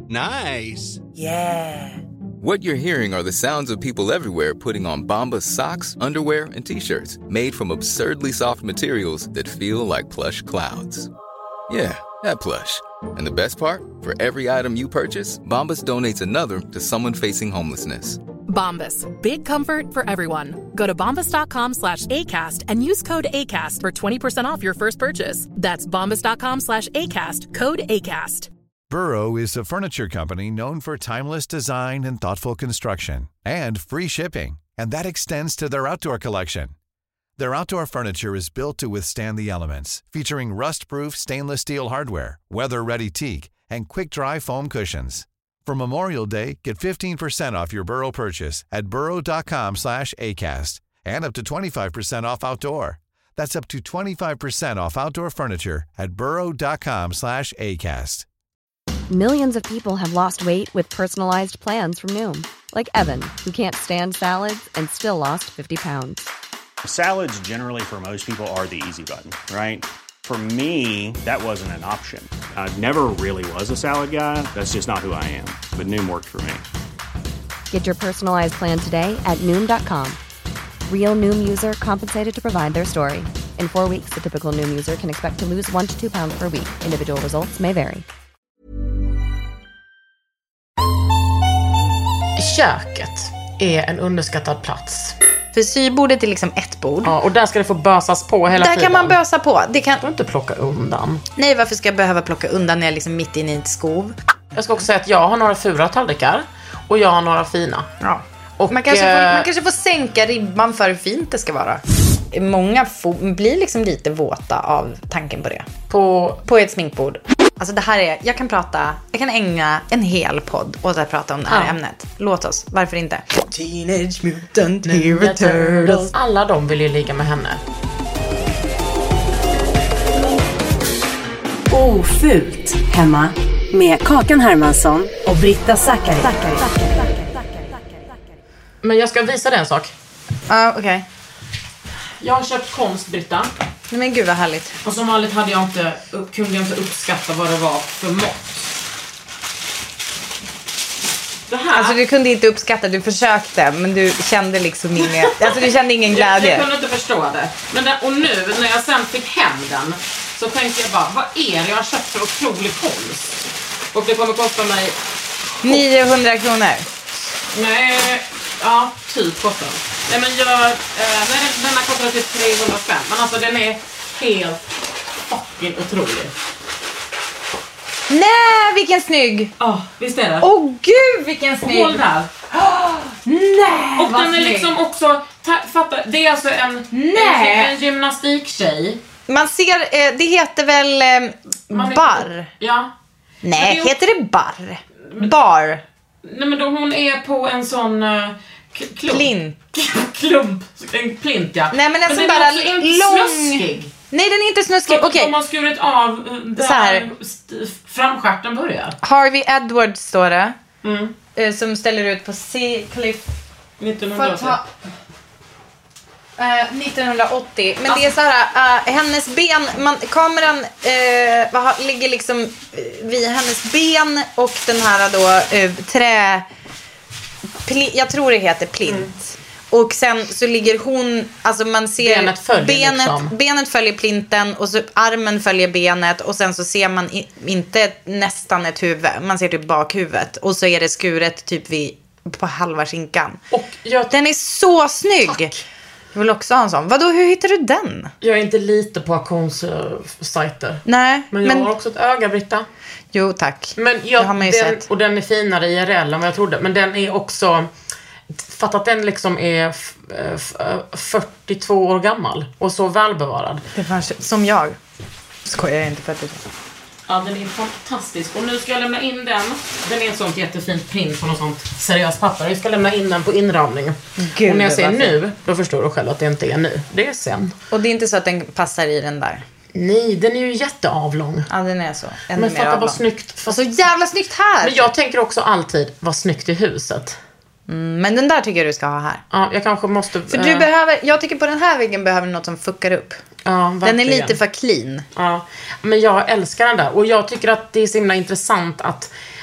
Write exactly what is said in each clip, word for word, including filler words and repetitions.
Nice. Yeah. What you're hearing are the sounds of people everywhere putting on Bombas socks, underwear, and T-shirts made from absurdly soft materials that feel like plush clouds. Yeah, that plush. And the best part? For every item you purchase, Bombas donates another to someone facing homelessness. Bombas. Big comfort for everyone. Go to bombas.com slash ACAST and use code ACAST for twenty percent off your first purchase. That's bombas.com slash ACAST. Code ACAST. Burrow is a furniture company known for timeless design and thoughtful construction and free shipping. And that extends to their outdoor collection. Their outdoor furniture is built to withstand the elements, featuring rust-proof stainless steel hardware, weather-ready teak, and quick-dry foam cushions. For Memorial Day, get fifteen percent off your Burrow purchase at burrow.com slash ACAST and up to twenty-five percent off outdoor. That's up to twenty-five percent off outdoor furniture at burrow.com slash ACAST. Millions of people have lost weight with personalized plans from Noom. Like Evan, who can't stand salads and still lost fifty pounds. Salads generally for most people are the easy button, right? For me, that wasn't an option. I never really was a salad guy. That's just not who I am. But Noom worked for me. Get your personalized plan today at Noom dot com. Real Noom user compensated to provide their story. In four weeks, the typical Noom user can expect to lose one to two pounds per week. Individual results may vary. Köket är en underskattad plats. För sybordet är liksom ett bord. Ja, och där ska det få bösas på hela där tiden. Där kan man bösa på. Det kan du inte plocka undan. Nej, varför ska jag behöva plocka undan när jag är liksom mitt inne i ett skov? Jag ska också säga att jag har några fula tallrikar och jag har några fina. Ja. Och man kanske, får, man kanske får sänka ribban för hur fint det ska vara. Många får, blir liksom lite våta av tanken på det. På, på ett sminkbord. Alltså det här är, jag kan prata, jag kan ägna en hel podd åt att prata om det här ja. ämnet. Låt oss, varför inte? Teenage Mutant Ninja Turtles. Alla de vill ju ligga med henne. Ofult hemma med Kakan Hermansson och Britta Zackari. Men jag ska visa dig en sak. Ja, uh, okej. Okay. Jag har köpt konst, Britta. Nej men gud vad härligt. Och som vanligt hade jag inte, kunde jag inte uppskatta vad det var för mått. Det här... Alltså du kunde inte uppskatta, du försökte. Men du kände liksom ingen, alltså du kände ingen glädje. Jag, jag kunde inte förstå det. Men det, och nu när jag sen fick hem den, så tänkte jag bara, vad är det jag har köpt för otrolig konst? Och det kommer kosta mig niohundra kronor. Nej, ja, typ kostar den. Nej men jag, eh, nej, den här kostar typ trehundrafem. Men alltså den är helt fucking otrolig. Nej, vilken snygg. Ja, oh, visst är det? Åh oh, gud, vilken snygg. Håll där. Oh, nej, och den är snygg. Liksom också, ta, fatta, det är alltså en, nej. en, en gymnastiktjej. Man ser, eh, det heter väl eh, bar. Ja. Nej, det heter det bar? Bar. Nej men då hon är på en sån uh, klump. Plint. Klump. En plint, ja. Nej men alltså men bara den är inte lång. Snuskig. Nej, den är inte snuskig. Okej. Okay. De har skurit av där så här. Framskärten börjar. Harvey Edwards står det. Mm. Eh, som ställer ut på Sea Cliff nittonhundraåttio. Uh, nittonhundraåttio. Men alltså, det är så här, uh, hennes ben, man, kameran uh, ligger liksom uh, vid hennes ben och den här då uh, trä pli, jag tror det heter plint. Mm. Och sen så ligger hon, alltså man ser benet följer, benet, liksom. benet följer plinten och så armen följer benet och sen så ser man i, inte nästan ett huvud, man ser typ bakhuvudet och så är det skuret typ vid, på halva skinkan. Och jag, den är så snygg. Tack. Jag vill också ha en sån. Vadå, hur hittar du den? Jag är inte lite på auktionssajter. Nej. Men jag men... har också ett öga, Britta. Jo, tack. Men jag, det har man ju den, sett. Och den är finare i I R L än vad jag trodde. Men den är också... Fatt att den liksom är f- f- fyrtiotvå år gammal. Och så välbevarad. Det fanns, som jag. Skojar jag inte fyrtiotvå. Ja, den är fantastisk. Och nu ska jag lämna in den. Den är ett sånt jättefint print på något sånt seriöst papper. Jag ska lämna in den på inramning. Gud, och när jag säger nu, då förstår du själv att det inte är nu. Det är sen. Och det är inte så att den passar i den där? Nej, den är ju jätteavlång. Ja, den är så. Ännu men fatta vad snyggt. Fast... Så jävla snyggt här. Men jag tänker också alltid, vad snyggt i huset. Mm, men den där tycker jag du ska ha här. Ja, jag kanske måste... För du äh... behöver, jag tycker på den här väggen behöver något som fuckar upp. Ja, den är lite för clean. Ja, men jag älskar den där. Och jag tycker att det är så himla intressant att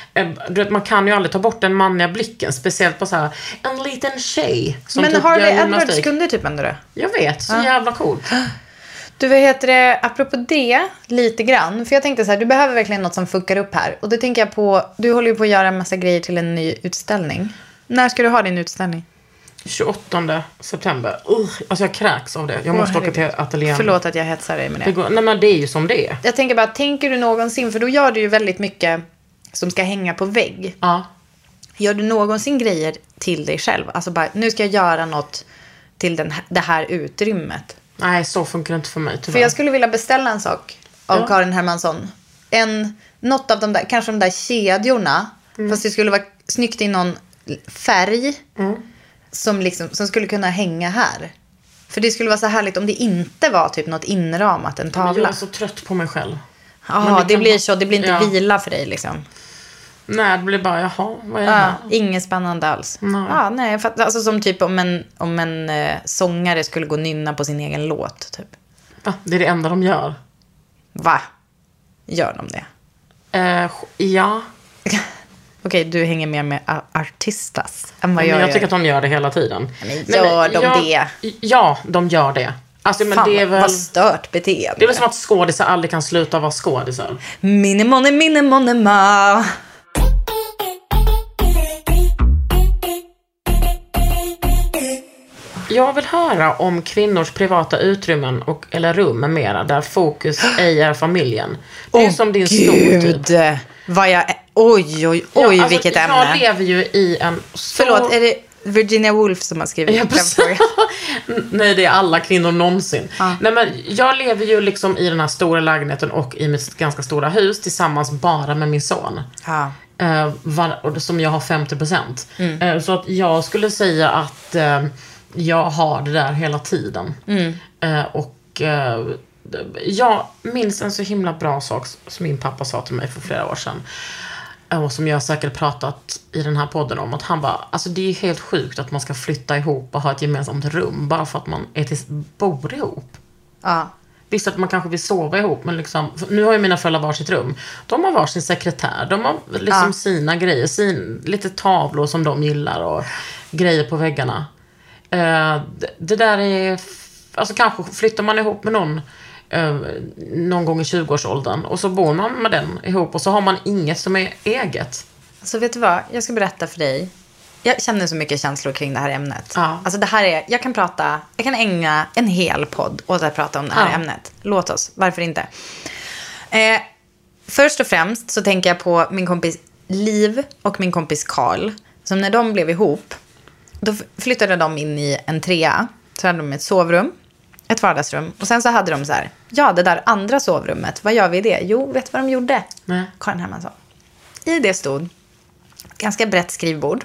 Du vet, man kan ju aldrig ta bort den manliga blicken. Speciellt på så här en liten tjej som Men typ Harvey gör Edwards gymnastik. kunde typ ändå det. Jag vet, så Ja. jävla cool. Du, vad heter det, apropå det, lite grann. För jag tänkte så här, du behöver verkligen något som fuckar upp här. Och då tänker jag på, du håller ju på att göra en massa grejer till en ny utställning. När ska du ha din utställning? tjugoåttonde september. Uh, alltså jag kräks av det. Jag måste Åh, åka till ateljén. Förlåt att jag hetsar dig med det. Det går, nej men det är ju som det är. Jag tänker bara, tänker du någonsin, för då gör du ju väldigt mycket som ska hänga på vägg. Ja. Gör du någonsin grejer till dig själv? Alltså bara, nu ska jag göra något till den, det här utrymmet. Nej, så funkar det inte för mig tyvärr. För jag skulle vilja beställa en sak av Ja. Karin Hermansson. En, något av de där, kanske de där kedjorna. Mm. Fast det skulle vara snyggt i någon färg. Mm. Som, liksom, som skulle kunna hänga här. För det skulle vara så härligt om det inte var typ något inramat, en Men tavla. jag är så trött på mig själv. Ja, Men det, det kan blir vara- så. Det blir inte Ja. vila för dig liksom. Nej, det blir bara, jaha, vad är det Ja, här? inget spännande alls. Nej. Ja, nej, för att, alltså som typ om en, om en eh, sångare skulle gå och nynna på sin egen låt typ. Va? Det är det enda de gör. Va? Gör de det? Eh, ja. Okej, du hänger mer med a- artistas än vad Men jag, jag gör. tycker att de gör det hela tiden. Men gör de jag, det? Ja, de gör det. Alltså, men Fan, det är väl... vad stört beteende. Det är väl som att skådisar aldrig kan sluta vara skådisar. Minimone, minimone, ma. Jag vill höra om kvinnors privata utrymmen och, eller rum med mera, där fokus ej är familjen. Det är Åh, som din stol Gud, typ. vad jag... Oj, oj, oj, Ja, alltså, vilket jag ämne. lever ju i en stor... Förlåt, är det Virginia Woolf som har skrivit Ja, den precis. frågan? Nej, det är alla kvinnor någonsin. Ja. Nej, men jag lever ju liksom i den här stora lägenheten och i mitt ganska stora hus tillsammans bara med min son. Ja. Eh, var, och som jag har femtio procent. Mm. Eh, så att jag skulle säga att eh, jag har det där hela tiden. Mm. Eh, och eh, jag minns en så himla bra sak som min pappa sa till mig för flera år sedan. Och som jag säkert pratat i den här podden om. Att han bara, alltså det är helt sjukt att man ska flytta ihop och ha ett gemensamt rum bara för att man är till, bor ihop. Ja. Visst att man kanske vill sova ihop, men liksom, nu har ju mina föräldrar varsitt rum. De har varsin sekretär, de har liksom Ja. sina grejer, sin, lite tavlor som de gillar och grejer på väggarna. Uh, det, det där är, f- alltså kanske flyttar man ihop med någon uh, någon gång i tjugoårsåldern och så bor man med den ihop och så har man inget som är eget. Alltså vet du vad, jag ska berätta för dig. Jag känner så mycket känslor kring det här ämnet. Ja. Alltså det här är, jag kan prata, jag kan ägna en hel podd åt att prata om det här Ja. ämnet. Låt oss, varför inte? Eh, först och främst så tänker jag på min kompis Liv och min kompis Karl. Som när de blev ihop, då flyttade de in i en trea. Så hade de ett sovrum, ett vardagsrum. Och sen så hade de så här, ja det där andra sovrummet, vad gör vi i det? Jo, vet du vad de gjorde? Nej. Karin Hermansson. I det stod ganska brett skrivbord.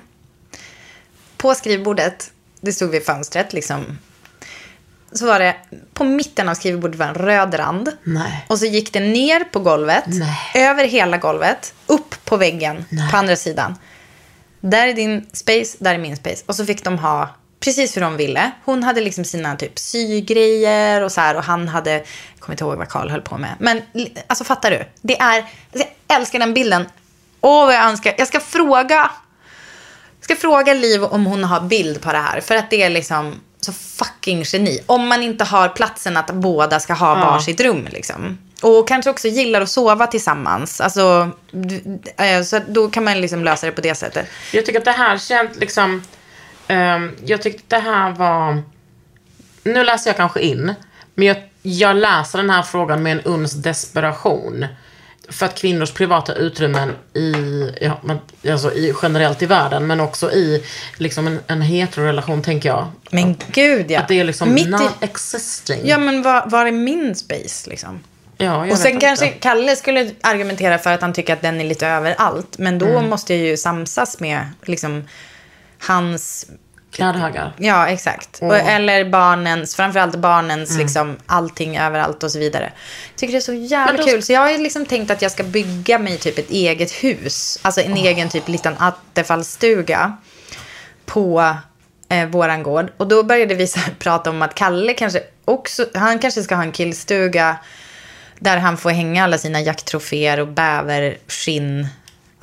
På skrivbordet, det stod vid fönstret liksom. Så var det, på mitten av skrivbordet var en röd rand. Nej. Och så gick det ner på golvet. Nej. Över hela golvet. Upp på väggen. Nej. På andra sidan. Där är din space, där är min space. Och så fick de ha precis hur de ville. Hon hade liksom sina typ sygrejer och så här. Och han hade, jag kommer inte ihåg vad Karl höll på med. Men alltså fattar du? Det är, jag älskar den bilden. Åh, vad jag önskar. Jag ska fråga... Jag ska fråga Liv om hon har bild på det här. För att det är liksom så fucking geni. Om man inte har platsen att båda ska ha Ja. varsitt rum liksom. Och kanske också gillar att sova tillsammans. Alltså, d- d- så då kan man liksom lösa det på det sättet. Jag tycker att det här känns liksom... ehm, jag tyckte att det här var... Nu läser jag kanske in. Men jag, jag läser den här frågan med en uns desperation. För att kvinnors privata utrymmen i, ja, men, alltså i generellt i världen, men också i liksom en, en heterorelation, tänker jag. Men gud ja. Att det är liksom Mitt i- not existing. Ja, men var, var är min space liksom? Ja, jag Och vet sen inte. kanske Kalle skulle argumentera för att han tycker att den är lite överallt. Men då Mm. måste jag ju samsas med liksom hans... Klädhögar. Ja, exakt. Mm. Och, eller barnens, framförallt barnens liksom allting överallt och så vidare. Jag tycker det är så jävla Men då- kul. Så jag har ju liksom tänkt att jag ska bygga mig typ ett eget hus. Alltså en egen typ liten attefallsstuga på eh, våran gård. Och då började vi så här prata om att Kalle kanske också, han kanske ska ha en killstuga där han får hänga alla sina jakttroféer och bäverskinn.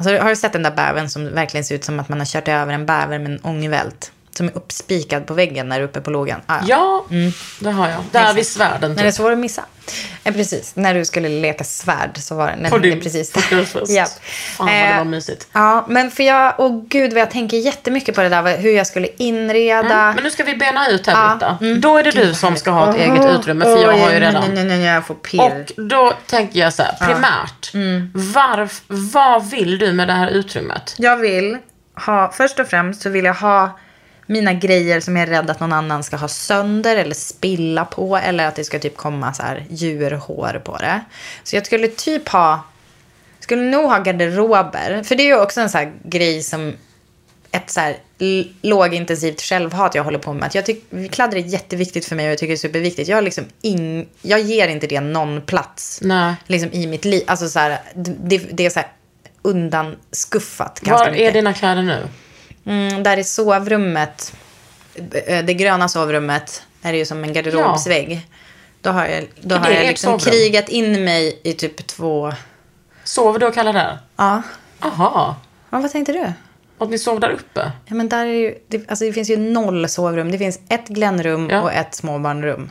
Alltså, har du sett den där bäven som verkligen ser ut som att man har kört över en bäver med en ångvält? Som är uppspikad på väggen där uppe på lågan. Ah, ja, ja mm. det har jag. Där vid svärden. Typ. När det är svårt att missa. Ja, precis. När du skulle leka svärd så var det... När på det din precis ja. Fan vad det var mysigt. Ja, men för jag... Åh gud vad jag tänker jättemycket på det där. Hur jag skulle inreda. Mm. Men nu ska vi bena ut här, Britta. Ja. Mm. Då är det gud, du som ska ha ett oh, eget utrymme. För oh, jag har ju redan... Nej, nej, nej, jag får pirr. Och då tänker jag så här. Primärt. Ja. Mm. Varf, vad vill du med det här utrymmet? Jag vill ha... Först och främst så vill jag ha... mina grejer som jag är rädd att någon annan ska ha sönder eller spilla på. Eller att det ska typ komma så här djurhår på det. Så jag skulle typ ha... Skulle nog ha garderober. För det är ju också en så här grej som... Ett så här lågintensivt självhat jag håller på med. Att jag tycker kläder är jätteviktigt för mig och jag tycker det är superviktigt. Jag, liksom in, jag ger inte det någon plats. Nej. Liksom i mitt liv. Alltså så här, det, det är så här undanskuffat ganska Var mycket. är dina kläder nu? Mm, där i sovrummet, det gröna sovrummet, är det ju som en garderobsvägg. Ja. Då har jag, då har jag liksom krigat in mig i typ två... Sover du och kallar där? Ja. Aha. Ja, vad tänkte du? Att ni sov där uppe? Ja, men där är ju... Det, alltså det finns ju noll sovrum. Det finns ett Glenrum ja. och ett småbarnrum.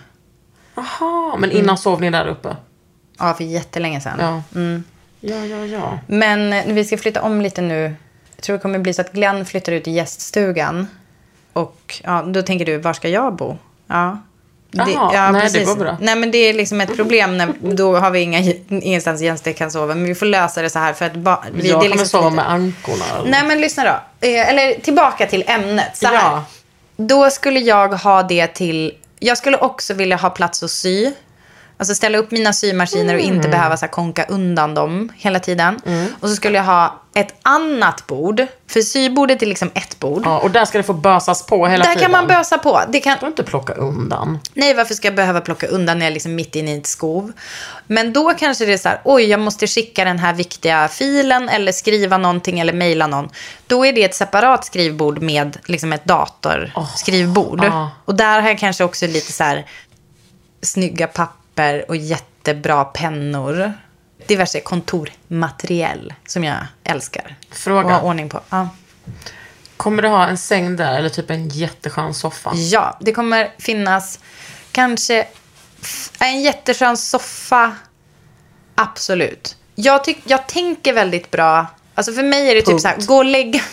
Aha, men innan mm. sov ni där uppe? Ja, för jättelänge sedan. Ja. Mm. ja, ja, ja. Men vi ska flytta om lite nu. Jag tror det kommer bli så att Glenn flyttar ut i gäststugan. Och ja, då tänker du, var ska jag bo? Ja. Det, Aha, ja, nej, precis. Det går bra. Nej, men det är liksom ett problem när då har vi inga ingenstans Jens det kan sova. Men vi får lösa det så här för att ba, vi, jag det är kommer liksom sova med ankorna. Eller? Nej, men lyssna då. Eh, eller tillbaka till ämnet. Så här. Ja. Då skulle jag ha det till... Jag skulle också vilja ha plats att sy. Alltså ställa upp mina symaskiner och inte mm. behöva så här, konka undan dem hela tiden. Mm. Och så skulle jag ha ett annat bord. För sybordet är liksom ett bord. Ja, och där ska det få bösas på hela där tiden. Där kan man bösa på. Det kan... Du inte plocka undan. Nej, varför ska jag behöva plocka undan när jag är liksom mitt inne i ett skov? Men då kanske det är så här, oj, jag måste skicka den här viktiga filen eller skriva någonting eller mejla någon. Då är det ett separat skrivbord med liksom ett datorskrivbord. Oh, oh. Och där har jag kanske också lite så här snygga papper och jättebra pennor. Diverse kontormateriell som jag älskar. Fråga. Och ha ordning på. Ja. Kommer du ha en säng där eller typ en jätteskön soffa? Ja, det kommer finnas kanske en jätteskön soffa. Absolut. Jag, tyck, jag tänker väldigt bra. Alltså för mig är det punkt. Typ så här, gå och lägga...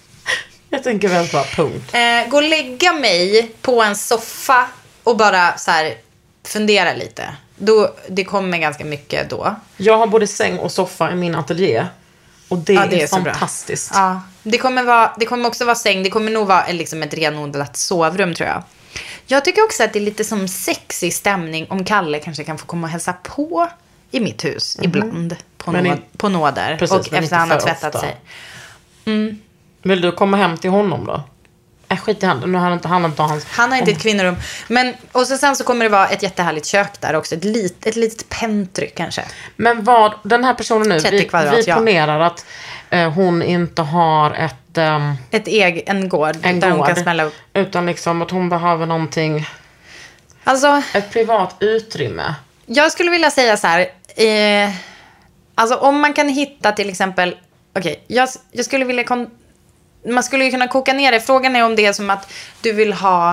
Jag tänker väldigt bra, punkt. Eh, gå och lägga mig på en soffa och bara så här fundera lite. Då, det kommer ganska mycket då. Jag har både säng och soffa i min ateljé. Och det, ja, det är, är fantastiskt. Ja, det, kommer vara, det kommer också vara säng. Det kommer nog vara liksom ett renodlat sovrum, tror jag. Jag tycker också att det är lite som sexig stämning om Kalle kanske kan få komma och hälsa på i mitt hus mm-hmm. ibland. På, nå- i, på nåder. Precis, och efter han har tvättat ofta. sig. Mm. Vill du komma hem till honom då? Äh, skit i handen. Nu har han inte, han inte hans... Han har inte ett kvinnorum. Men, och så sen så kommer det vara ett jättehärligt kök där också. Ett, lit, ett litet pentryck kanske. Men vad, den här personen nu, vi, kvadrat, vi ponerar ja. att eh, hon inte har ett... Um, ett eg, en gård en där gård, hon kan smälla upp. Utan liksom att hon behöver någonting... Alltså... Ett privat utrymme. Jag skulle vilja säga så här... Eh, alltså om man kan hitta till exempel... Okej, okay, jag, jag skulle vilja... Kon- Man skulle ju kunna koka ner det. Frågan är om det är som att du vill ha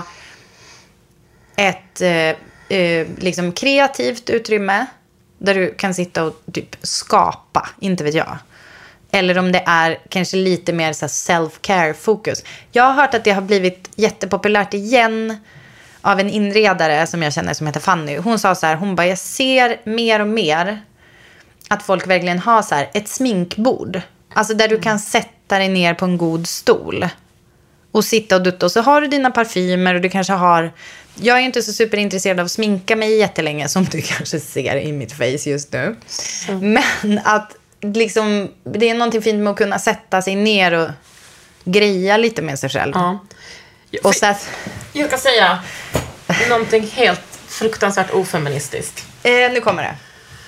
ett eh, eh, liksom kreativt utrymme där du kan sitta och typ skapa, inte vet jag. Eller om det är kanske lite mer så här self-care-fokus. Jag har hört att det har blivit jättepopulärt igen av en inredare som jag känner som heter Fanny. Hon sa så här, hon bara, jag ser mer och mer att folk verkligen har så här ett sminkbord. Alltså där du kan sätta dig ner på en god stol och sitta och dutta. Och så har du dina parfymer och du kanske har... Jag är inte så superintresserad av att sminka mig jättelänge som du kanske ser i mitt face just nu. Mm. Men att liksom, det är någonting fint med att kunna sätta sig ner och greja lite med sig själv. Ja. Och så att, jag kan säga någonting helt fruktansvärt ofeministiskt. Eh, nu kommer det.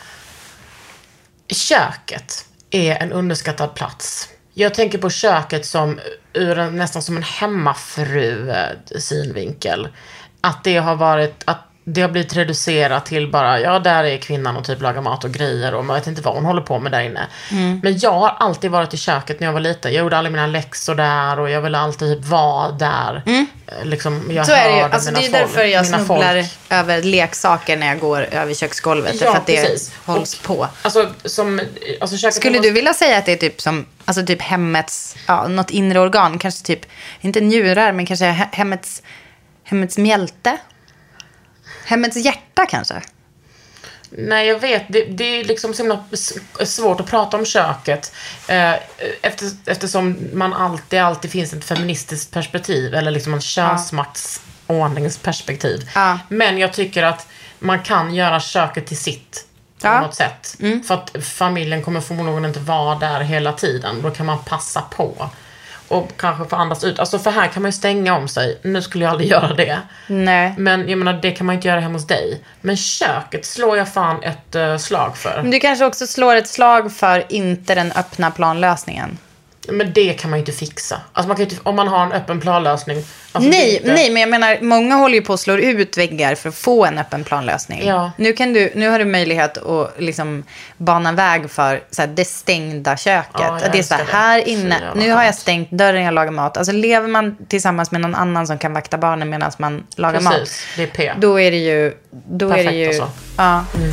Köket är en underskattad plats. Jag tänker på köket som ur en, nästan som en hemmafru synvinkel. Att det har varit, att det har blivit reducerat till bara, ja, där är kvinnan och typ lagar mat och grejer och man vet inte vad hon håller på med där inne. Mm. Men jag har alltid varit i köket när jag var liten. Jag gjorde alla mina läxor där och jag ville alltid typ vara där. Mm. Liksom, jag så är det ju. Alltså, det är folk, därför jag snubblar folk. över leksaker när jag går över köksgolvet. Ja, för att det precis. hålls och, på. Alltså, som, alltså, Skulle måste... du vilja säga att det är typ som alltså typ hemmets, ja, något inre organ? Kanske typ, inte njurar, men kanske hemmets, hemmets mjälte? Hemmets hjärta kanske? Nej, jag vet. Det, det är liksom så himla svårt att prata om köket. Eh, efter, eftersom man alltid, alltid finns ett feministiskt perspektiv. Eller liksom en könsmaktsordningsperspektiv. Ja. Men jag tycker att man kan göra köket till sitt. På ja. något sätt. Mm. För att familjen kommer förmodligen inte vara där hela tiden. Då kan man passa på. Och kanske få andas ut. Alltså för här kan man ju stänga om sig. Nu skulle jag aldrig göra det. Nej. Men jag menar, det kan man inte göra hemma hos dig. Men köket slår jag fan ett uh, slag för. Men du kanske också slår ett slag för inte den öppna planlösningen. Men det kan man ju inte fixa. Alltså man kan inte, om man har en öppen planlösning. Alltså nej, inte... nej, men jag menar, många håller ju på att slå ut väggar för att få en öppen planlösning. Ja. Nu, kan du, nu har du möjlighet att liksom bana väg för så här, det stängda köket. Ja, det är så här, här inne, nu har jag stängt dörren, jag lagar mat. Alltså lever man tillsammans med någon annan som kan vakta barnen medan man lagar Precis, mat. det är P. Då är det ju... Då perfekt är det ju, alltså. Ja. Mm.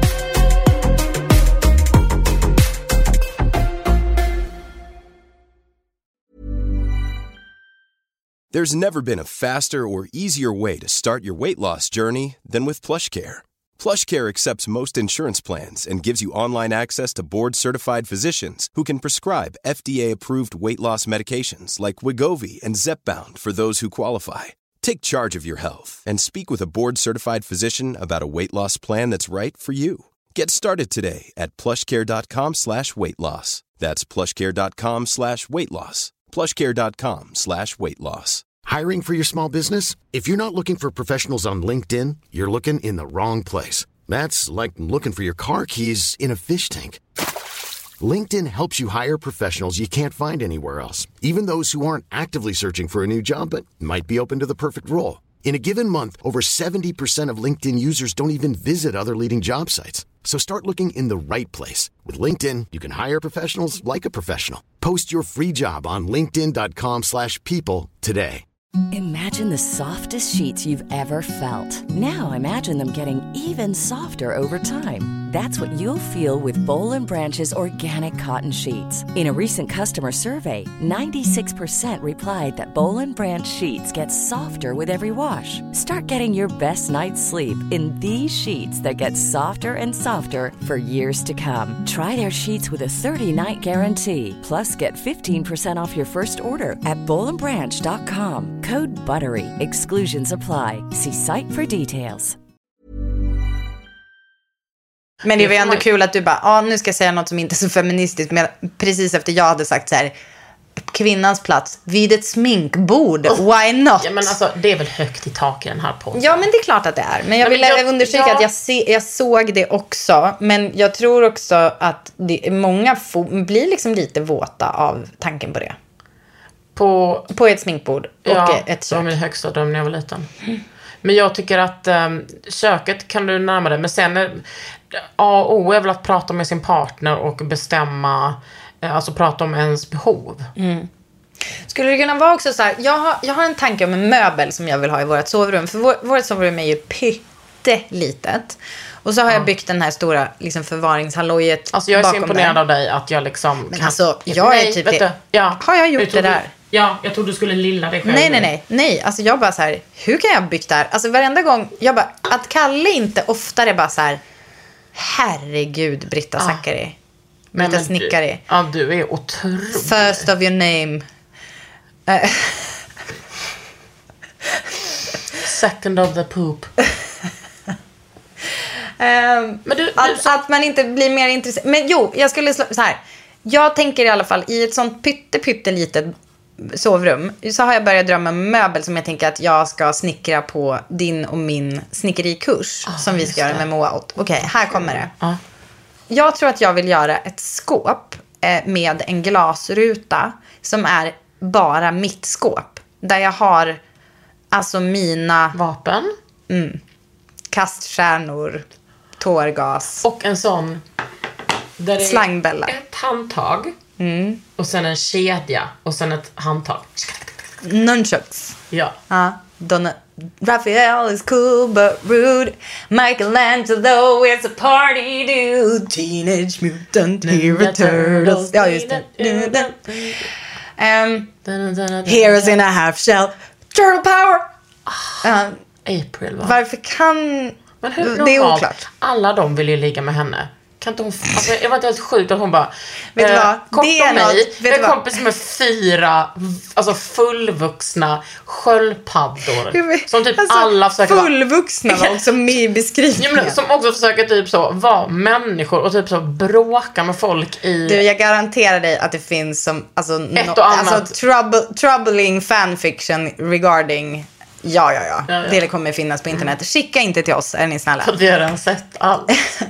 There's never been a faster or easier way to start your weight loss journey than with PlushCare. PlushCare accepts most insurance plans and gives you online access to board-certified physicians who can prescribe F D A-approved weight loss medications like Wegovy and Zepbound for those who qualify. Take charge of your health and speak with a board-certified physician about a weight loss plan that's right for you. Get started today at plushcare.com slash weight loss. That's plushcare.com slash weight loss. plushcare.com slash weight loss. Hiring for your small business? If you're not looking for professionals on LinkedIn, you're looking in the wrong place. That's like looking for your car keys in a fish tank. LinkedIn helps you hire professionals you can't find anywhere else, even those who aren't actively searching for a new job but might be open to the perfect role. In a given month, over seventy percent of LinkedIn users don't even visit other leading job sites. So start looking in the right place. With LinkedIn, you can hire professionals like a professional. Post your free job on linkedin.com slash people today. Imagine the softest sheets you've ever felt. Now imagine them getting even softer over time. That's what you'll feel with Boll and Branch's organic cotton sheets. In a recent customer survey, ninety-six percent replied that Boll and Branch sheets get softer with every wash. Start getting your best night's sleep in these sheets that get softer and softer for years to come. Try their sheets with a thirty-night guarantee. Plus, get fifteen percent off your first order at boll and branch dot com. Code BUTTERY. Exclusions apply. See site for details. Men det var ändå kul att du bara, ja, nu ska jag säga något som inte är så feministiskt. Men precis efter jag hade sagt så här, kvinnans plats vid ett sminkbord, oh, why not? Ja, men alltså, det är väl högt i tak i den här podden. Ja, men det är klart att det är. Men jag vill jag, undersöka ja. att jag, se, jag såg det också. Men jag tror också att det, många fo- blir liksom lite våta av tanken på det. På, på ett sminkbord och ja, ett kök. Det var min högsta dröm när jag var liten. Mm. Men jag tycker att um, köket kan du närma dig. Men sen är A och O är väl att prata med sin partner och bestämma, alltså prata om ens behov. Mm. Skulle det kunna vara också så här, jag har, jag har en tanke om en möbel som jag vill ha i vårt sovrum. För vår, vårt sovrum är ju pyttelitet. Och så har ja. jag byggt den här stora liksom, förvaringshallojet. Alltså jag är så imponerad av dig att jag liksom men kan... alltså, jag är typ det. Ja. Har jag gjort jag det där? Du, ja, jag trodde du skulle lilla dig själv. Nej, nej, nej. Nej, alltså jag bara så här, hur kan jag byggt det här? Alltså varenda gång, jag bara, att Kalle inte oftare bara så här, herregud, Britta ja. Zackari. Britta men, Snickari. Du, ja, du är otrolig. First of your name. Uh. Second of the poop. Um, men du, att, du så... att man inte blir mer intresserad. Men jo, jag skulle slå, så här. Jag tänker i alla fall i ett sånt pytte pytte litet sovrum så har jag börjat drömma om möbel som jag tänker att jag ska snickra på din och min snickerikurs oh, som vi ska göra med Moa. Okej, okay, här kommer det. Oh. Jag tror att jag vill göra ett skåp eh, med en glasruta som är bara mitt skåp. Där jag har alltså mina vapen. Mm. kaststjärnor, tårgas. Och en sån där det slangbella. Är ett handtag mm. och sen en kedja och sen ett handtag. Nunchucks. Ja. Ja. Donna, Raphael is cool but rude. Michelangelo is a party dude. Teenage Mutant Hero Turtles. Ja, just det. Um, Heroes in a half shell. Turtle power. Um, April, va? Varför kan... Men hur, det är oklart. Alla de vill ju ligga med henne. Kan inte hon... Alltså, jag var inte helt sjukt att hon bara... Vet du vad? Kort det är om mig. något, Jag är kompis med fyra alltså fullvuxna sköldpaddor. Som typ alltså, alla försöker fullvuxna var också med i beskrivningen. Ja, men, som också försöker typ så vara människor och typ så bråka med folk i... Du, jag garanterar dig att det finns som... Alltså, ett no, och annat. Alltså, trouble, troubling fanfiction regarding... Ja, ja, ja. ja, ja. Det kommer finnas på internet. Skicka inte till oss, är ni snälla. För vi har redan sett allt.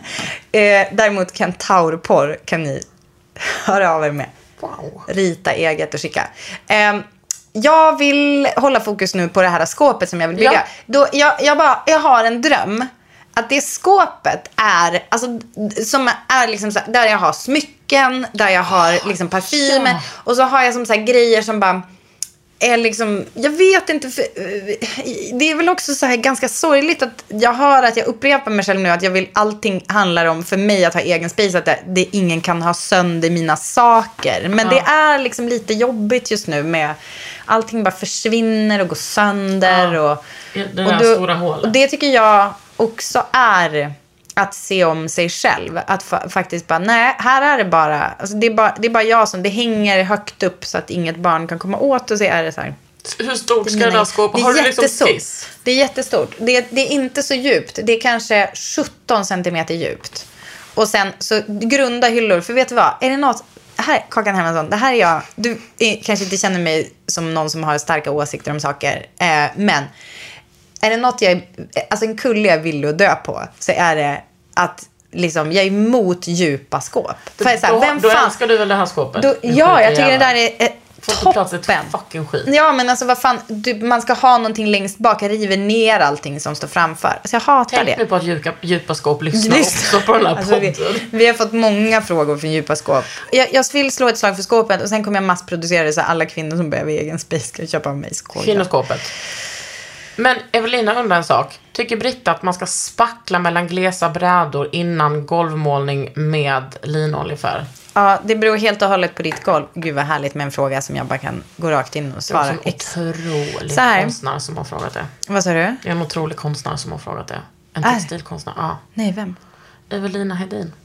eh, däremot kentaurporr kan ni höra av er med. Wow. Rita eget och skicka. Eh, jag vill hålla fokus nu på det här skåpet som jag vill bygga. Ja. Då, jag, jag, bara, jag har en dröm. Att det skåpet är, alltså, som är liksom så, där jag har smycken, där jag har liksom parfymer. Ja. Och så har jag som så här grejer som bara... är liksom, jag vet inte för, det är väl också så här ganska sorgligt att jag hör att jag upprepar mig själv nu att jag vill, allting handlar om för mig att ha egen space, att det, det ingen kan ha sönder mina saker, men ja. Det är liksom lite jobbigt just nu med allting bara försvinner och går sönder. Ja. och, det och, då, stora hålet. Och det tycker jag också är att se om sig själv. Att fa- faktiskt bara, nej, här är det bara, alltså det är bara, det är bara jag som, det hänger högt upp så att inget barn kan komma åt, och så är det så här. Hur stort ska det där skåpet? Har du liksom kiss? Det är jättestort. Det är, det är inte så djupt. Det är kanske sjutton centimeter djupt. Och sen så grunda hyllor. För vet du vad? Är det något... Här, Kakan Hermansson, det här är jag... Du är, kanske inte känner mig som någon som har starka åsikter om saker. Eh, men är det något jag... Alltså en kulle jag vill att dö på, så är det att... Liksom, jag är emot djupa skåp. Då, för, så här, då, vem då fan, älskar du väl det här skåpet? Då, ja, jag tycker det där är... är toppen. Fucking skit. Ja, men alltså vad fan, du, man ska ha någonting längst bak. Jag river ner allting som står framför. Alltså jag hatar Tänk det. Tänk nu på att djupa, djupa skåp lyssnar också på den här alltså, podden. Vi, vi har fått många frågor från djupa skåp. Jag, jag vill slå ett slag för skåpet, och sen kommer jag massproducera det så alla kvinnor som behöver egen space ska köpa av mig skåp. Kvinnoskåpet. Men Evelina undrar en sak. Tycker Britta att man ska spackla mellan glesa brädor innan golvmålning med linoljefärg? Ja, det beror helt och hållet på ditt golv. Gud vad härligt med en fråga som jag bara kan gå rakt in och svara. Det är en otrolig så här. konstnär som har frågat det. Vad sa du? Det är en otrolig konstnär som har frågat det. En textilkonstnär, ja. Nej, vem? Evelina Hedin.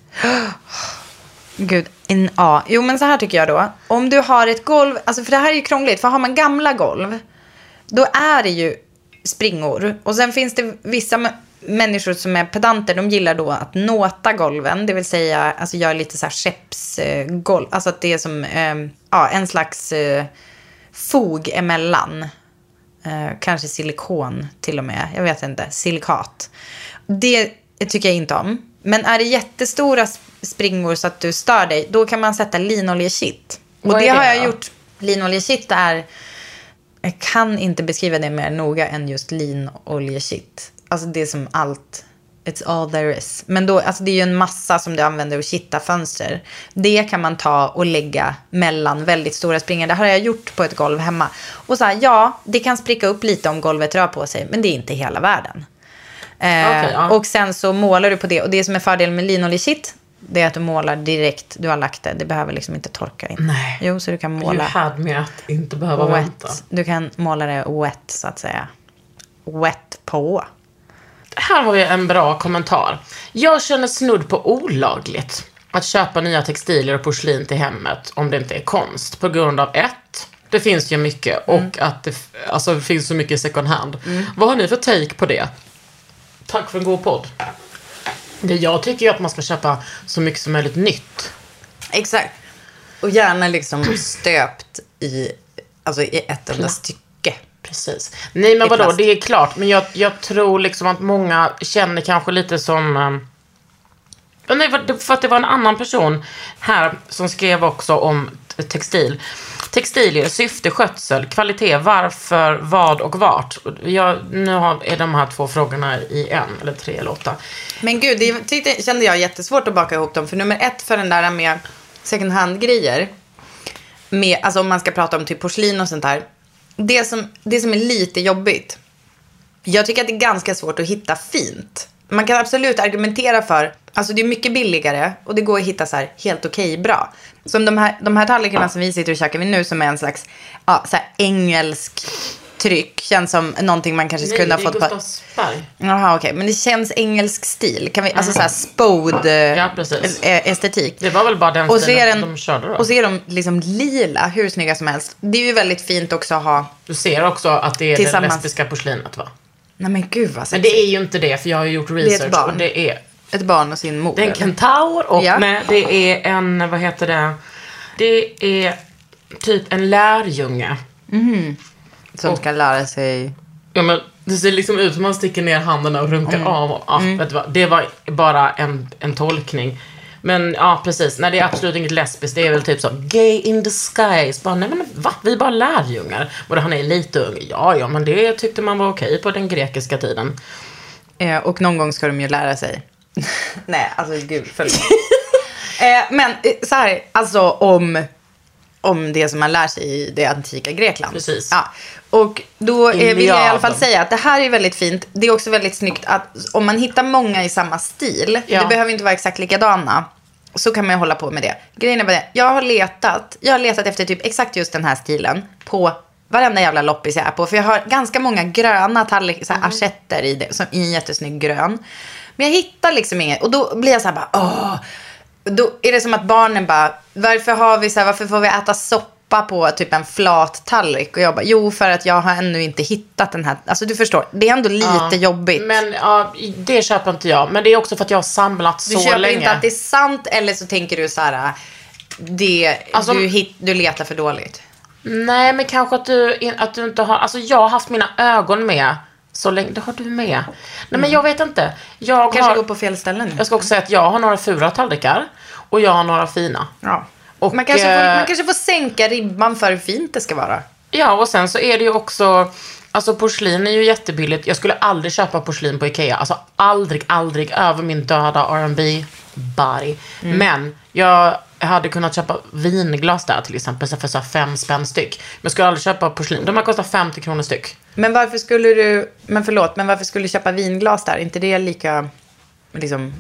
Gud, en A. Jo, men så här tycker jag då. Om du har ett golv, alltså för det här är ju krångligt, för har man gamla golv, då är det ju springor. Och sen finns det vissa m- människor som är pedanter, de gillar då att nåta golven, det vill säga alltså göra lite så här skeppsgolv, eh, alltså att det är som eh, ja, en slags eh, fog emellan. Eh, kanske silikon till och med, jag vet inte, silikat. Det tycker jag inte om. Men är det jättestora springor så att du stör dig, då kan man sätta linoljekitt. Och det, det har jag gjort. Linoljekitt är, jag kan inte beskriva det mer noga än just linoljekitt. Alltså det är som allt, it's all there is. Men då, alltså det är ju en massa som du använder att kitta fönster. Det kan man ta och lägga mellan väldigt stora springor. Det har jag gjort på ett golv hemma. Och så här, ja, det kan spricka upp lite om golvet rör på sig, men det är inte hela världen. Eh, okay, ja. Och sen så målar du på det. Och det som är fördelen med linoljekitt, det är att du målar direkt. Du har lagt det. Det behöver liksom inte torka in. Nej. Jo, så du kan måla. You had me att inte behöva wet. vänta. Du kan måla det wet, så att säga. Wet på. Här har vi en bra kommentar. Jag känner snudd på olagligt att köpa nya textilier och porslin till hemmet om det inte är konst. På grund av ett, det finns ju mycket. Mm. Och att det, alltså, det finns så mycket second hand. Mm. Vad har ni för take på det? Tack för en god podd. Det jag tycker ju att man ska köpa så mycket som möjligt nytt. Exakt. Och gärna liksom stöpt i, alltså i ett enda stycke. Precis. Nej, men vadå, det är klart. Men jag, jag tror liksom att många känner kanske lite som... Um, nej, för att det var en annan person här som skrev också om textil. Textilier, syfte, skötsel, kvalitet, varför, vad och vart. Jag, nu har, är de här två frågorna i en, eller tre eller åtta. Men gud, det tyckte, kände jag jättesvårt att baka ihop dem. För nummer ett för den där med second hand-grejer, med, alltså om man ska prata om typ porslin och sånt där. Det som, det som är lite jobbigt, jag tycker att det är ganska svårt att hitta fint. Man kan absolut argumentera för, alltså det är mycket billigare och det går att hitta så här helt okej bra. Som de här, de här tallrikarna som vi sitter och käkar vid nu, som är en slags ja, så här engelsk tryck, känns som någonting man kanske skulle ha fått på. Gustavsberg. Jaha, okej, men det känns engelsk stil. Kan vi, alltså så här spod ja, estetik. Det var väl bara den och stilen den, de körde då. Och så är de liksom lila, hur snygga som helst. Det är ju väldigt fint också att ha. Du ser också att det är det lesbiska porslinet, va? Nej men gud vad sexigt. Men det är ju inte det, för jag har ju gjort research. Det är ett barn. Och det är ett barn och sin mor. Det är en kentaur och ja. Nej, det är en, vad heter det? Det är typ en lärjunge. Mm. Som och, ska lära sig. Ja, men det ser liksom ut som man sticker ner handen och runkar mm. av. Och, ja, mm. vet du vad? Det var bara en, en tolkning. Men ja, precis. Nej, det är absolut inget lesbiskt. Det är väl typ så gay in disguise. Bara, nej men va? Vi är bara lärjungar. Och han är lite ung. Ja, ja, men det tyckte man var okej på den grekiska tiden. Eh, och någon gång ska de ju lära sig. Nej, alltså gud, förlåt. eh, men så här, alltså om, om det som man lär sig i det antika Grekland. Precis. Ja. Och då eh, vill jag i alla fall säga att det här är väldigt fint. Det är också väldigt snyggt att om man hittar många i samma stil, ja. Det behöver inte vara exakt likadana, så kan man ju hålla på med det. Grejen är bara det, jag har letat, jag har letat efter typ exakt just den här stilen på varenda jävla loppis jag är på. För jag har ganska många gröna tallrik, så här mm. assietter i det, som i en jättesnygg grön. Men jag hittar liksom inget. Och då blir jag så här bara, åh. Då är det som att barnen bara, varför har vi så här, varför får vi äta soppa på typ en flat tallrik? Och jag bara, jo för att jag har ännu inte hittat den här. Alltså du förstår, det är ändå lite ja, jobbigt. Men ja, det köper inte jag. Men det är också för att jag har samlat så länge. Du köper inte att det är sant, eller så tänker du så här, det, alltså, du, hit, du letar för dåligt. Nej, men kanske att du, att du inte har, alltså jag har haft mina ögon med så länge, det har du med. Nej, mm. men jag vet inte. Jag kanske har, går på fel ställen. Jag ska också säga att jag har några fula tallrikar och jag har några fina. Ja. Och man kanske, får, man kanske får sänka ribban för hur fint det ska vara. Ja, och sen så är det ju också, alltså porslin är ju jättebilligt. Jag skulle aldrig köpa porslin på Ikea. Alltså aldrig, aldrig över min döda R and B body. Mm. Men jag hade kunnat köpa vinglas där till exempel för så fem spänn styck. Men jag skulle aldrig köpa porslin. De har kostat femtio kronor styck. Men varför skulle du, men förlåt, men varför skulle du köpa vinglas där? Inte det lika liksom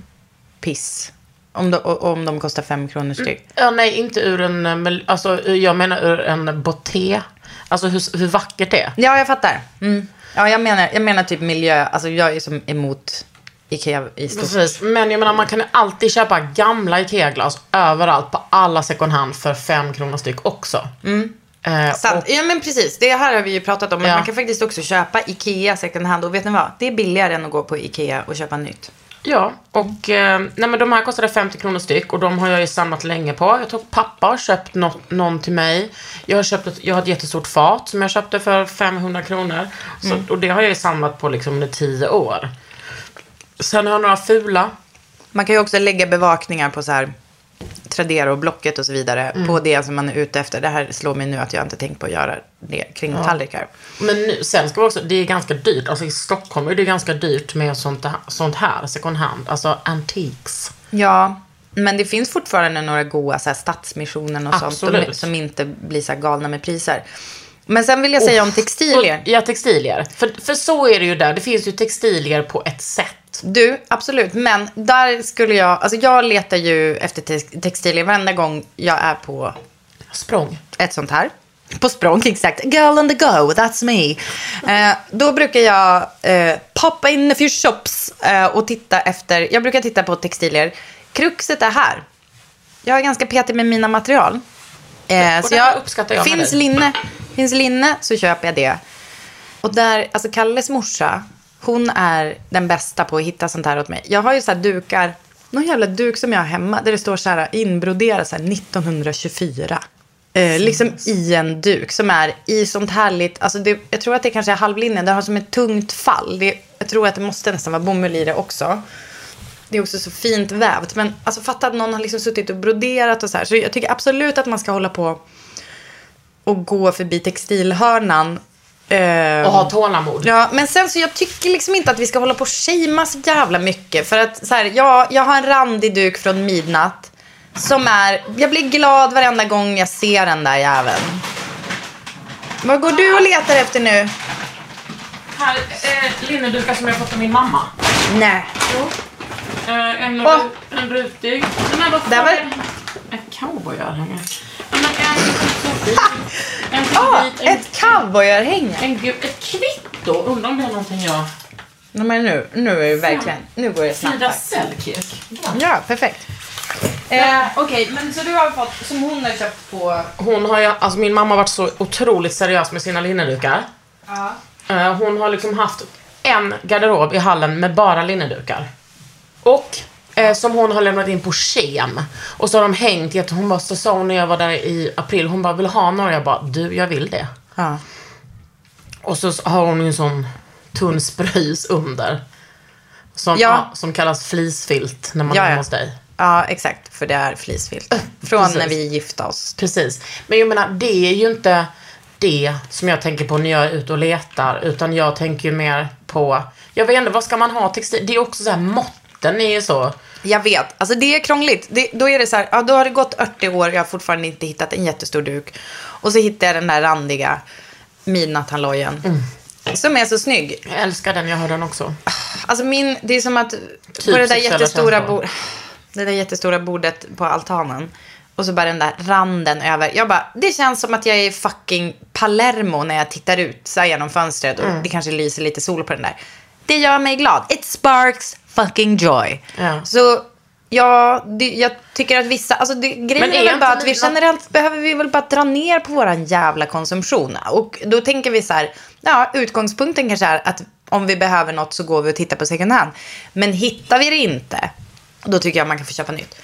piss? Om de, om de kostar fem kronor styck. Ja, nej, inte ur en, alltså jag menar ur en boté. Alltså hur, hur vackert det är. Ja, jag fattar. Mm. Ja, jag menar, jag menar typ miljö. Alltså jag är som emot Ikea i stort. Precis, men jag menar man kan ju alltid köpa gamla Ikea-glas överallt på alla second hand för fem kronor styck också. Mm. Eh, Sant. Och, ja men precis, det här har vi ju pratat om. Men ja. Man kan faktiskt också köpa Ikea second hand. Och vet ni vad? Det är billigare än att gå på Ikea och köpa nytt. Ja, och eh, nej men de här kostade femtio kronor styck. Och de har jag ju samlat länge på. Jag tror pappa har köpt något, någon till mig. Jag har, köpt ett, jag har ett jättestort fat som jag köpte för femhundra kronor. Så, mm. Och det har jag ju samlat på liksom under tio år. Sen har jag några fula. Man kan ju också lägga bevakningar på så här Tradera och Blocket och så vidare. Mm. På det som man är ute efter. Det här slår mig nu att jag inte tänkt på att göra det kring ja. tallrikar. Men nu, sen ska vi också, det är ganska dyrt. Alltså i Stockholm är det ganska dyrt med sånt, sånt här, second hand. Alltså antiques. Ja, men det finns fortfarande några goda så här, Stadsmissionen och Absolut. sånt. De, som inte blir så här galna med priser. Men sen vill jag säga oh, om textilier. Ja, textilier. För, för så är det ju där. Det finns ju textilier på ett sätt. Du, absolut. Men där skulle jag... Alltså jag letar ju efter te- textilier varenda gång jag är på... Språng. Ett sånt här. På språng, exakt. Girl on the go, that's me. Eh, då brukar jag eh, poppa in a few shops eh, och titta efter... Jag brukar titta på textilier. Kruxet är här. Jag är ganska petig med mina material. Eh, så jag, uppskattar jag finns linne, finns linne så köper jag det. Och där, alltså Kalles morsa, hon är den bästa på att hitta sånt här åt mig. Jag har ju så här dukar, någon jävla duk som jag har hemma där det står så här inbroderat så här nittonhundratjugofyra. Eh, liksom i en duk som är i sånt härligt, alltså det, jag tror att det kanske är halvlinjen, det har som ett tungt fall. Det, jag tror att det måste nästan vara bomull i det också. det är också så fint vävt. Men alltså fatta att någon har liksom suttit och broderat och så här. Så jag tycker absolut att man ska hålla på och gå förbi textilhörnan. Eh, och ha tålamod. Ja, men sen så jag tycker liksom inte att vi ska hålla på och shama så jävla mycket. För att så här, ja, jag har en randig duk från Midnatt. Som är, jag blir glad varenda gång jag ser den där jäveln. Vad går du och letar efter nu? Här, eh, linnedukar som jag fått av min mamma. Nej. Jo. Eh, en, oh. en rutig. Men vad där var ett cowboyörhänge. Men en, en, ah, vit, en, ett cowboyörhänge. En, en, ett kvitto. Undrar om det är någonting jag... No, men nu, nu är det verkligen... Nu går det snabbt. Frida Sellkirk. Ja. ja, perfekt. Eh, Okej, okay, men så du har fått... Som hon har köpt på... Hon har ju... Alltså min mamma har varit så otroligt seriös med sina linnedukar. Ja. Eh, hon har liksom haft en garderob i hallen med bara linnedukar. Och... Eh, som hon har lämnat in på Kem. Och så har de hängt i att hon bara, så sa hon när jag var där i april, hon bara, vill ha några? Jag bara, du, jag vill det. Ja. Och så har hon en sån tunn spröjs under. Som, ja. Ja, som kallas flisfilt när man ja, är ja. hos dig. Ja, exakt. För det är flisfilt. Från Precis. När vi gifte oss. Precis. Men jag menar, det är ju inte det som jag tänker på när jag är ute och letar. Utan jag tänker ju mer på, jag vet inte, vad ska man ha textil? Det är också så här mått. Den är ju så... Jag vet. Alltså det är krångligt. Det, då är det så här, ja, då har det gått åttio år. Jag har fortfarande inte hittat en jättestor duk. Och så hittar jag den där randiga midnatthandlojen. Mm. Som är så snygg. Jag älskar den, jag har den också. Alltså min, det är som att typ på det där jättestora bordet, det där jättestora bordet på altanen. Och så bara den där randen över. Jag bara, det känns som att jag är i fucking Palermo när jag tittar ut så här genom fönstret. Och mm. det kanske lyser lite sol på den där. Det gör mig glad. It sparks fucking joy. Ja. Så ja, det, jag tycker att vissa, alltså det, grejen är, är väl bara att vi generellt behöver vi väl bara dra ner på våran jävla konsumtion. Och då tänker vi så här, ja, utgångspunkten kanske är att om vi behöver något så går vi och tittar på second hand. Men hittar vi det inte, då tycker jag man kan få köpa nytt.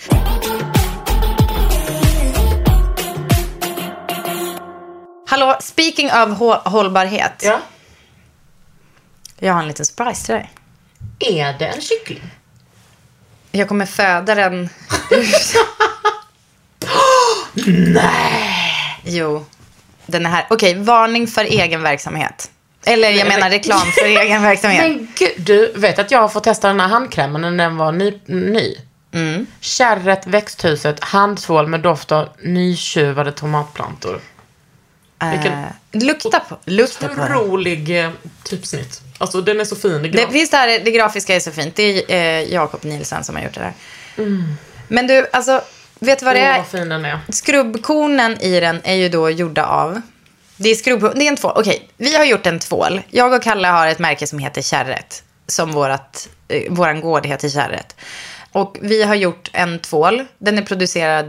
Hallå, speaking of hå- hållbarhet. Ja. Jag har en liten surprise till dig. Är det en kyckling? Jag kommer föda den. Nej. Jo, den är här. Okej, varning för egen verksamhet. Eller jag menar reklam för egen verksamhet. Men gud, du vet att jag har fått testa den här handkrämen när den var ny. ny. Mm. Kärret, växthuset, handtvål med doft av nytjuvade tomatplantor. Vilken uh, lukta på, lukta på rolig eh, typsnitt. Alltså den är så fin. Det, det, visst är det, det grafiska är så fint. Det är eh, Jakob Nielsen som har gjort det där. Mm. Men du, alltså, vet du vad det är? Oh, vad fin den är. Skrubbkornen i den är ju då gjorda av... Det är skrubb, det är en tvål. Okej, vi har gjort en tvål. Jag och Kalle har ett märke som heter Kärret. Som vårat, eh, våran gård heter Kärret. Och vi har gjort en tvål. Den är producerad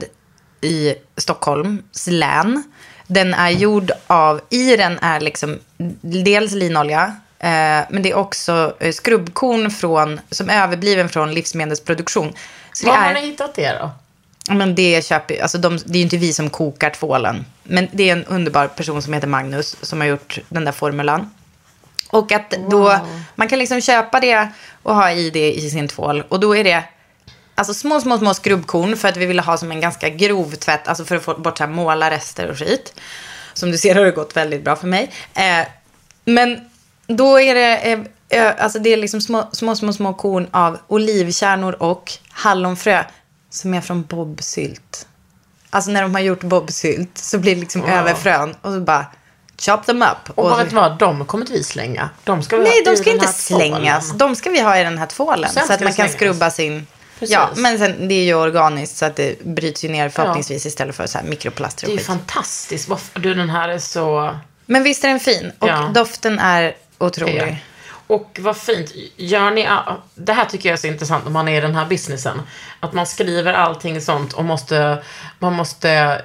i Stockholms län. Den är gjord av, i den är liksom dels linolja, eh, men det är också eh, skrubbkorn från, som är överbliven från livsmedelsproduktion. Så vad det är, har ni hittat det då? Men det köper, alltså de, det är ju inte vi som kokar tvålen. Men det är en underbar person som heter Magnus som har gjort den där formulan. Och att då, wow. Man kan liksom köpa det och ha i det i sin tvål. Och då är det alltså små, små, små skrubbkorn för att vi ville ha som en ganska grov tvätt. Alltså för att få bort så här målarrester och skit. Som du ser har det gått väldigt bra för mig. Eh, men då är det, eh, alltså det är liksom små, små, små, små korn av olivkärnor och hallonfrö. Som är från bobsylt. Alltså när de har gjort bobsylt så blir det liksom wow. överfrön. Och så bara chop them up. Och, och vad vet du vad, de kommer inte vi slänga. De ska vi nej, ha de ska inte slängas. Tvålen. De ska vi ha i den här tvålen. Så att man kan skrubba sin... Precis. Ja, men sen, det är ju organiskt så att det bryts ju ner förhoppningsvis ja. Istället för så här mikroplaster och det är skit. Fantastiskt. Du, den här är så... Men visst är den fin. Och ja. Doften är otrolig. Ja. Och vad fint. Gör ni... Det här tycker jag är så intressant när man är i den här businessen. Att man skriver allting sånt och måste... Man måste...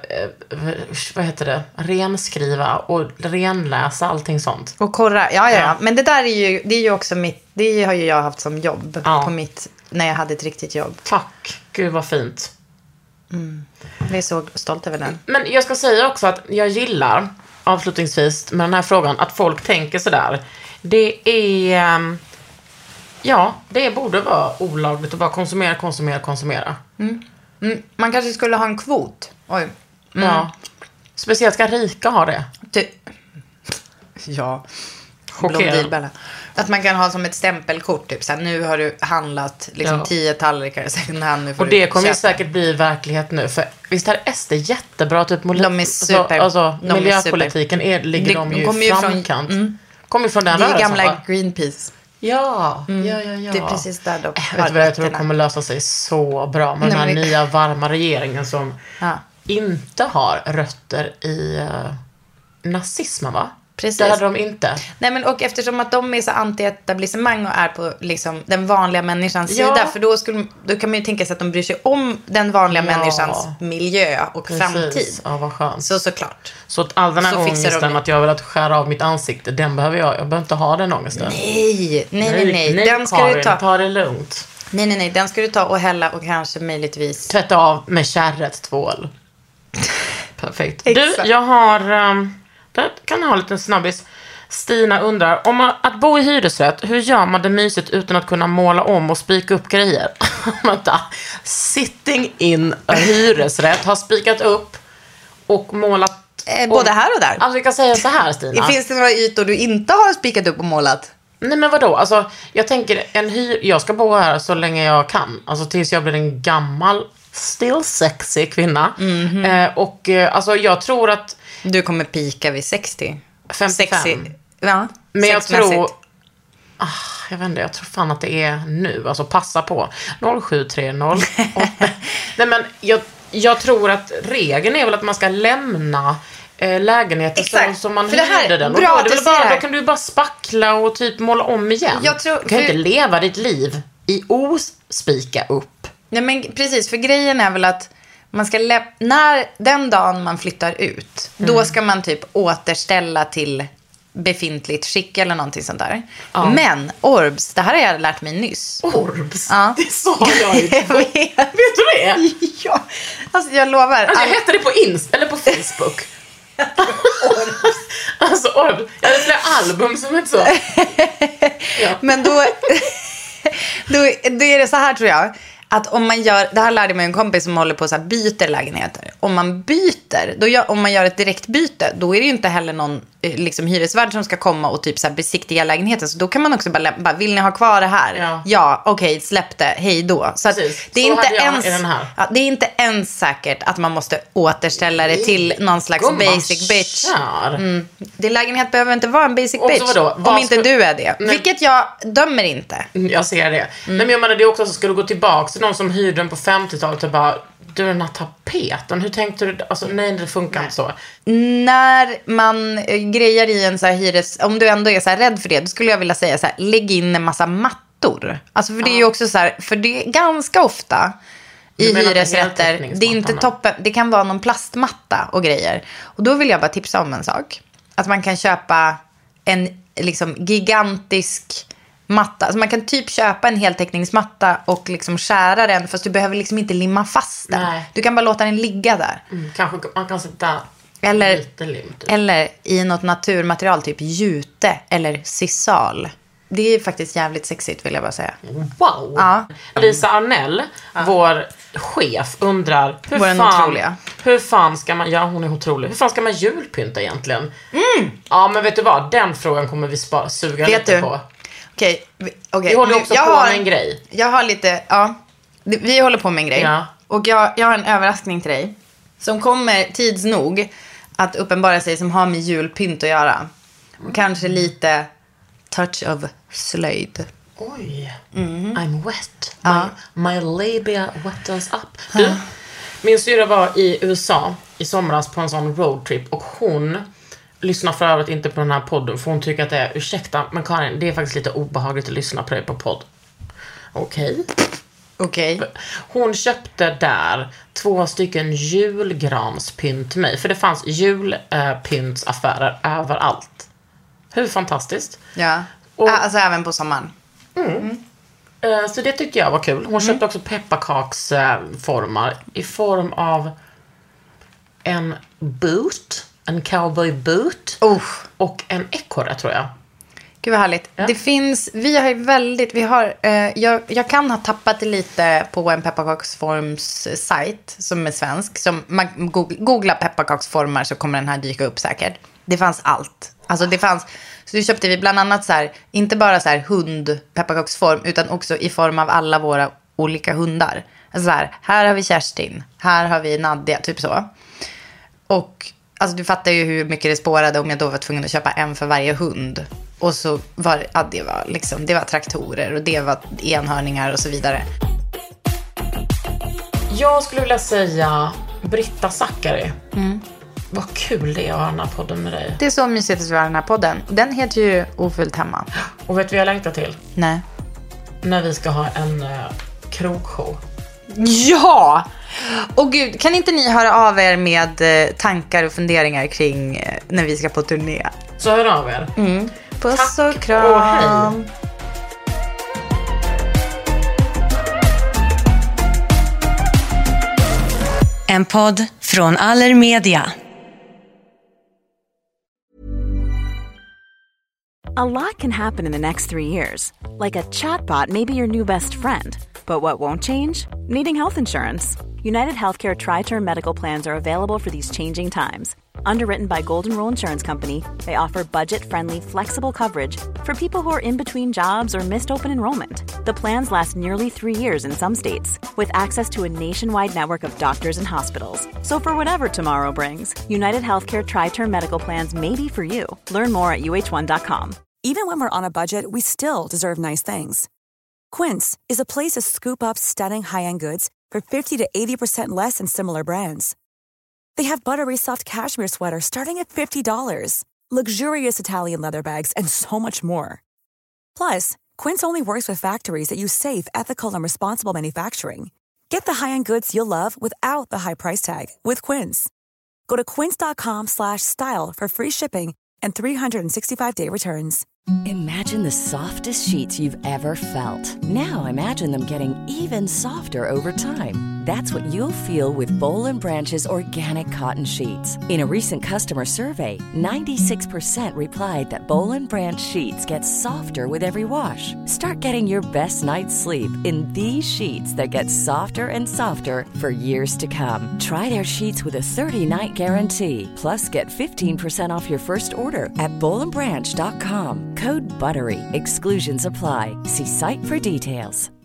Vad heter det? Renskriva och renläsa allting sånt. Och korra. Ja, ja, ja. Men det där är ju... Det är ju också mitt... Det har ju jag haft som jobb ja. På mitt... När jag hade ett riktigt jobb. Tack. Gud vad fint. Mm. Jag är så stolt över den. Men jag ska säga också att jag gillar avslutningsvis med den här frågan att folk tänker sådär. Det är Ja, det borde vara olagligt att bara konsumera, konsumera, konsumera. Mm. Mm. Man kanske skulle ha en kvot. Oj. Mm. Ja. Speciellt ska rika ha det. Ty- ja. Blondilbella. Att man kan ha som ett stämpelkort. Typ så här, nu har du handlat liksom ja. tio tallrikar second hand. Nu får och det kommer ju köpa. säkert bli verklighet nu. För visst är S D jättebra. Typ, mol- de är super. Alltså, alltså de miljöpolitiken är, ligger det, de ju kommer i framkant. Från, mm. Kommer från den det är rörelsen, gamla va? Greenpeace. Ja, mm. ja, ja, ja. Det är precis där de äh, vet du vad, jag tror det kommer lösa sig så bra med Nej, den här men... nya varma regeringen som ja. inte har rötter i uh, nazismen, va? Precis. Det hade de inte. Nej, men och eftersom att de är så anti-etablissemang och är på liksom den vanliga människans ja. sida, för då, skulle, då kan man ju tänka sig att de bryr sig om den vanliga ja. människans miljö och Precis. framtid. Ja, vad skönt. Så såklart. Så att all den här ångesten de... att jag har velat skära av mitt ansikte, den behöver jag. Jag behöver inte ha den ångesten. Nej, nej, nej. nej. nej den ska Karin, du ta. ta det lugnt. Nej, nej, nej. Den ska du ta och hälla och kanske möjligtvis tvätta av med kärret tvål. Perfekt. Exakt. Du, jag har... Um... Där kan jag ha en liten snabbis. Stina undrar, om man, att bo i hyresrätt, hur gör man det mysigt utan att kunna måla om och spika upp grejer? Vänta. Sitting in a hyresrätt, har spikat upp och målat eh, både här och där. Alltså vi kan säga så här, Stina. Finns det några ytor du inte har spikat upp och målat? Nej, men vadå? Alltså, jag tänker, en hyr, jag ska bo här så länge jag kan. Alltså tills jag blir en gammal, still sexy kvinna. Mm-hmm. Eh, och eh, alltså jag tror att du kommer pika vid sextio. femtiofem. Sexy. Ja, men jag tror... Ah, jag vet inte, jag tror fan att det är nu. Alltså passa på. noll sju tre noll Nej, men jag, jag tror att regeln är väl att man ska lämna eh, lägenheten så som man hyrde den. Och bra, då, är det väl bara, då kan du bara spackla och typ måla om igen. Jag tror, du kan ju för... inte leva ditt liv i ospika upp. Nej, men precis. För grejen är väl att man ska lä- när den dagen man flyttar ut, mm. då ska man typ återställa till befintligt skick eller någonting sånt där. Ja. Men Orbs, det här har jag lärt mig nyss. Orbs? Ja. Det sa jag ju. vet. vet du det? Ja. Alltså jag lovar. Alltså, jag hette det på Insta eller på Facebook. Orbs. Alltså Orbs. Jag hade flera album som heter så. Ja. Men då, då, då är det så här tror jag. Att om man gör, det här lärde mig en kompis som håller på så här byter lägenheter. Om man byter, då gör, om man gör ett direktbyte, då är det ju inte heller någon liksom hyresvärd som ska komma och typ så här besiktiga lägenheten. Så då kan man också bara, bara vill ni ha kvar det här? Ja, ja okej, okay, släpp det, hej då. Så att det är så inte ens, ja, det är inte ens säkert att man måste återställa det till någon slags God basic bitch. Mm. Din lägenhet behöver inte vara en basic bitch. Vadå? Om inte ska... du är det. Nej. Vilket jag dömer inte. Jag ser det. Mm. Nej, men jag menar det är också så ska du gå tillbaka till någon som hyrde den på femtiotalet och bara, du den här tapeten, hur tänkte du? Alltså nej, det funkar nej. inte så. När man grejer i en så här hyres, om du ändå är så här rädd för det, då skulle jag vilja säga så här, lägg in en massa mattor. Alltså för ja. det är ju också så här, för det är ganska ofta i hyresrätter, det är inte toppen, det kan vara någon plastmatta och grejer. Och då vill jag bara tipsa om en sak. Att man kan köpa en liksom gigantisk matta. Alltså man kan typ köpa en heltäckningsmatta och liksom skära den, fast du behöver liksom inte limma fast den. Nej. Du kan bara låta den ligga där. Mm, kanske man kan sätta eller, lite lim. Typ. Eller i något naturmaterial, typ jute eller sisal. Det är faktiskt jävligt sexigt, vill jag bara säga. Wow! Ja. Lisa Arnell, ja. vår chef, undrar hur vår fan, otroliga. hur fan ska man, ja hon är otrolig, hur fan ska man julpynta egentligen? Mm. Ja, men vet du vad, den frågan kommer vi spa, suga vet lite du? på. Okej, okay. okay. Vi håller också jag på har, med en grej. Jag har lite, ja. Vi håller på med en grej. Ja. Och jag, jag har en överraskning till dig. Som kommer tids nog att uppenbara sig som har med julpynt att göra. Och kanske lite touch of slöjd. Oj, mm. I'm wet. Ja. My, my labia wettens up. Du, min syra var i U S A i somras på en sån roadtrip. Och hon lyssnar för övrigt inte på den här podden, för hon tycker att det är, ursäkta, men Karin, det är faktiskt lite obehagligt att lyssna på det på podd. Okej. Okay. Okej. Okay. Hon köpte där två stycken julgranspynt till mig. För det fanns julpyntsaffärer överallt. Hur fantastiskt. Ja, och, alltså även på sommaren. Mm. Mm. Så det tyckte jag var kul. Hon mm. köpte också pepparkaksformar i form av en boot, en cowboy boot oh. och en ekorre, tror jag. Gud vad härligt. Ja. Det finns, vi har ju väldigt, vi har, eh, jag, jag kan ha tappat det lite på en pepparkaksforms sajt som är svensk. Som man googlar pepparkaksformar så kommer den här dyka upp säkert. Det fanns allt. Alltså det fanns, så då köpte vi bland annat så här, inte bara så här hund pepparkaksform utan också i form av alla våra olika hundar. Alltså så här, här har vi Kerstin, här har vi Nadja, typ så. Och alltså du fattar ju hur mycket det spårade om jag då var tvungen att köpa en för varje hund. Och så var ja, det var liksom, det var traktorer och det var enhörningar och så vidare. Jag skulle vilja säga Britta Zackari. Mm. Vad kul det är att ha den här podden med dig. Det är så mysigt att vi har den här podden. Den heter ju Ofullt hemma. Och vet du vad jag längtar till? Nej. När vi ska ha en uh, krogshow. Ja! Och gud, kan inte ni höra av er med eh, tankar och funderingar kring eh, när vi ska på turné? Så hör av er. Mm. Puss Tack och kram. Och hej. En podd från Allermedia. A lot can happen in the next three years. Like a chatbot may be your new best friend. But what won't change? Needing health insurance. United Healthcare Tri-Term Medical Plans are available for these changing times. Underwritten by Golden Rule Insurance Company, they offer budget-friendly, flexible coverage for people who are in between jobs or missed open enrollment. The plans last nearly three years in some states, with access to a nationwide network of doctors and hospitals. So for whatever tomorrow brings, United Healthcare Tri-Term Medical Plans may be for you. Learn more at U H one dot com. Even when we're on a budget, we still deserve nice things. Quince is a place to scoop up stunning high-end goods for fifty to eighty percent less than similar brands. They have buttery soft cashmere sweaters starting at fifty dollars, luxurious Italian leather bags, and so much more. Plus, Quince only works with factories that use safe, ethical, and responsible manufacturing. Get the high-end goods you'll love without the high price tag with Quince. Go to quince dot com slash style for free shipping and three sixty-five day returns. Imagine the softest sheets you've ever felt. Now imagine them getting even softer over time. That's what you'll feel with Boll and Branch's organic cotton sheets. In a recent customer survey, ninety-six percent replied that Boll and Branch sheets get softer with every wash. Start getting your best night's sleep in these sheets that get softer and softer for years to come. Try their sheets with a thirty-night guarantee. Plus, get fifteen percent off your first order at boll and branch dot com. Code BUTTERY. Exclusions apply. See site for details.